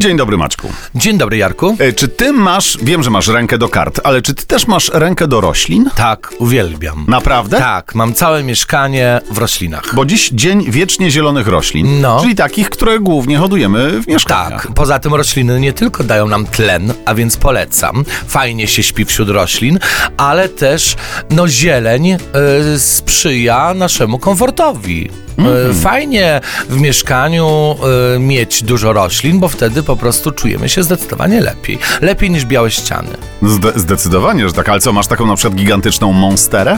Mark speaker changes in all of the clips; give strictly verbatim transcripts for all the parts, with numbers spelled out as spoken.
Speaker 1: Dzień dobry, Maćku.
Speaker 2: Dzień dobry, Jarku.
Speaker 1: E, czy ty masz, wiem, że masz rękę do kart, ale czy ty też masz rękę do roślin?
Speaker 2: Tak, uwielbiam.
Speaker 1: Naprawdę?
Speaker 2: Tak, mam całe mieszkanie w roślinach.
Speaker 1: Bo dziś dzień wiecznie zielonych roślin,
Speaker 2: No.
Speaker 1: czyli takich, które głównie hodujemy w mieszkaniach.
Speaker 2: Tak, poza tym rośliny nie tylko dają nam tlen, a więc polecam. Fajnie się śpi wśród roślin, ale też no zieleń y, sprzyja naszemu komfortowi. Mm. Fajnie w mieszkaniu y, mieć dużo roślin, bo wtedy po prostu czujemy się zdecydowanie lepiej. Lepiej niż białe ściany.
Speaker 1: Zde- zdecydowanie, że tak. Ale co, masz taką na przykład gigantyczną monsterę?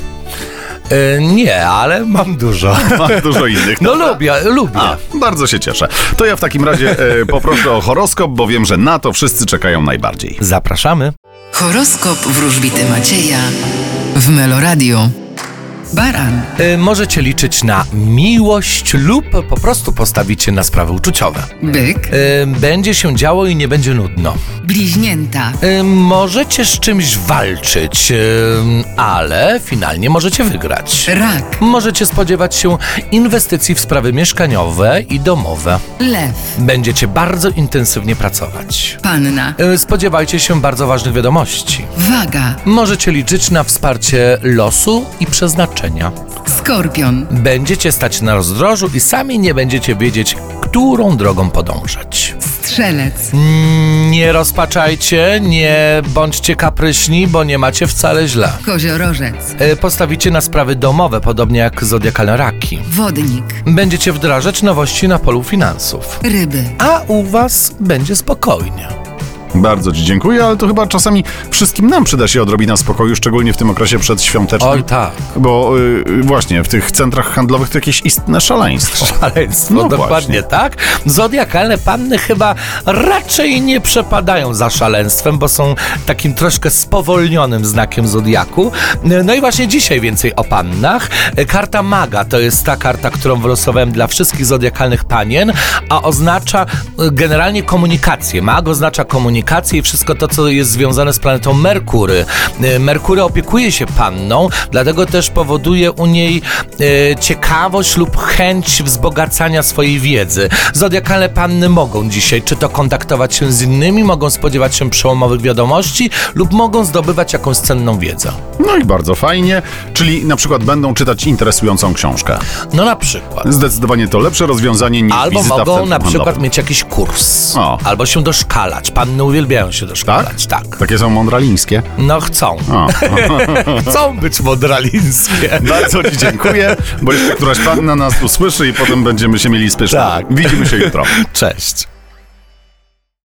Speaker 2: Y, nie, ale mam dużo.
Speaker 1: Masz dużo innych.
Speaker 2: No
Speaker 1: prawda?
Speaker 2: lubię, lubię.
Speaker 1: A, bardzo się cieszę. To ja w takim razie e, poproszę o horoskop, bo wiem, że na to wszyscy czekają najbardziej.
Speaker 2: Zapraszamy.
Speaker 3: Horoskop wróżbity Macieja w Meloradio. Baran.
Speaker 2: Y, możecie liczyć na miłość lub po prostu postawicie na sprawy uczuciowe.
Speaker 3: Byk.
Speaker 2: Y, będzie się działo i nie będzie nudno.
Speaker 3: Bliźnięta.
Speaker 2: Y, możecie z czymś walczyć, y, ale finalnie możecie wygrać.
Speaker 3: Rak.
Speaker 2: Możecie spodziewać się inwestycji w sprawy mieszkaniowe i domowe.
Speaker 3: Lew.
Speaker 2: Będziecie bardzo intensywnie pracować.
Speaker 3: Panna.
Speaker 2: Y, spodziewajcie się bardzo ważnych wiadomości.
Speaker 3: Waga.
Speaker 2: Możecie liczyć na wsparcie losu i przeznaczenia.
Speaker 3: Skorpion.
Speaker 2: Będziecie stać na rozdrożu i sami nie będziecie wiedzieć, którą drogą podążać.
Speaker 3: Strzelec.
Speaker 2: Nie rozpaczajcie, nie bądźcie kapryśni, bo nie macie wcale źle.
Speaker 3: Koziorożec.
Speaker 2: E, Postawicie na sprawy domowe, podobnie jak zodiakalne raki.
Speaker 3: Wodnik.
Speaker 2: Będziecie wdrażać nowości na polu finansów.
Speaker 3: Ryby.
Speaker 2: A u was będzie spokojnie.
Speaker 1: Bardzo ci dziękuję, ale to chyba czasami wszystkim nam przyda się odrobina spokoju, szczególnie w tym okresie przedświątecznym.
Speaker 2: Oj tak.
Speaker 1: Bo y, właśnie w tych centrach handlowych to jakieś istne szaleństwo.
Speaker 2: Szaleństwo,
Speaker 1: No
Speaker 2: dokładnie
Speaker 1: właśnie.
Speaker 2: tak. Zodiakalne panny chyba raczej nie przepadają za szaleństwem, bo są takim troszkę spowolnionym znakiem zodiaku. No i właśnie dzisiaj więcej o pannach. Karta maga to jest ta karta, którą wylosowałem dla wszystkich zodiakalnych panien, a oznacza generalnie komunikację. Mag oznacza komunikację i wszystko to, co jest związane z planetą Merkury. Merkury opiekuje się panną, dlatego też powoduje u niej e, ciekawość lub chęć wzbogacania swojej wiedzy. Zodiakalne panny mogą dzisiaj czy to kontaktować się z innymi, mogą spodziewać się przełomowych wiadomości lub mogą zdobywać jakąś cenną wiedzę.
Speaker 1: No i bardzo fajnie, czyli na przykład będą czytać interesującą książkę.
Speaker 2: No na przykład.
Speaker 1: Zdecydowanie to lepsze rozwiązanie niż
Speaker 2: Albo
Speaker 1: wizyta w
Speaker 2: mogą
Speaker 1: centrum
Speaker 2: na przykład
Speaker 1: handlowym.
Speaker 2: mieć jakiś kurs.
Speaker 1: O.
Speaker 2: Albo się doszkalać. Panny uwielbiają się doszkalać. Tak? tak.
Speaker 1: Takie są mądralińskie.
Speaker 2: No chcą.
Speaker 1: O.
Speaker 2: Chcą być modralińskie.
Speaker 1: Bardzo ci dziękuję, bo jeszcze któraś panna nas usłyszy i potem będziemy się mieli spysznie.
Speaker 2: Tak.
Speaker 1: Widzimy się jutro.
Speaker 2: Cześć.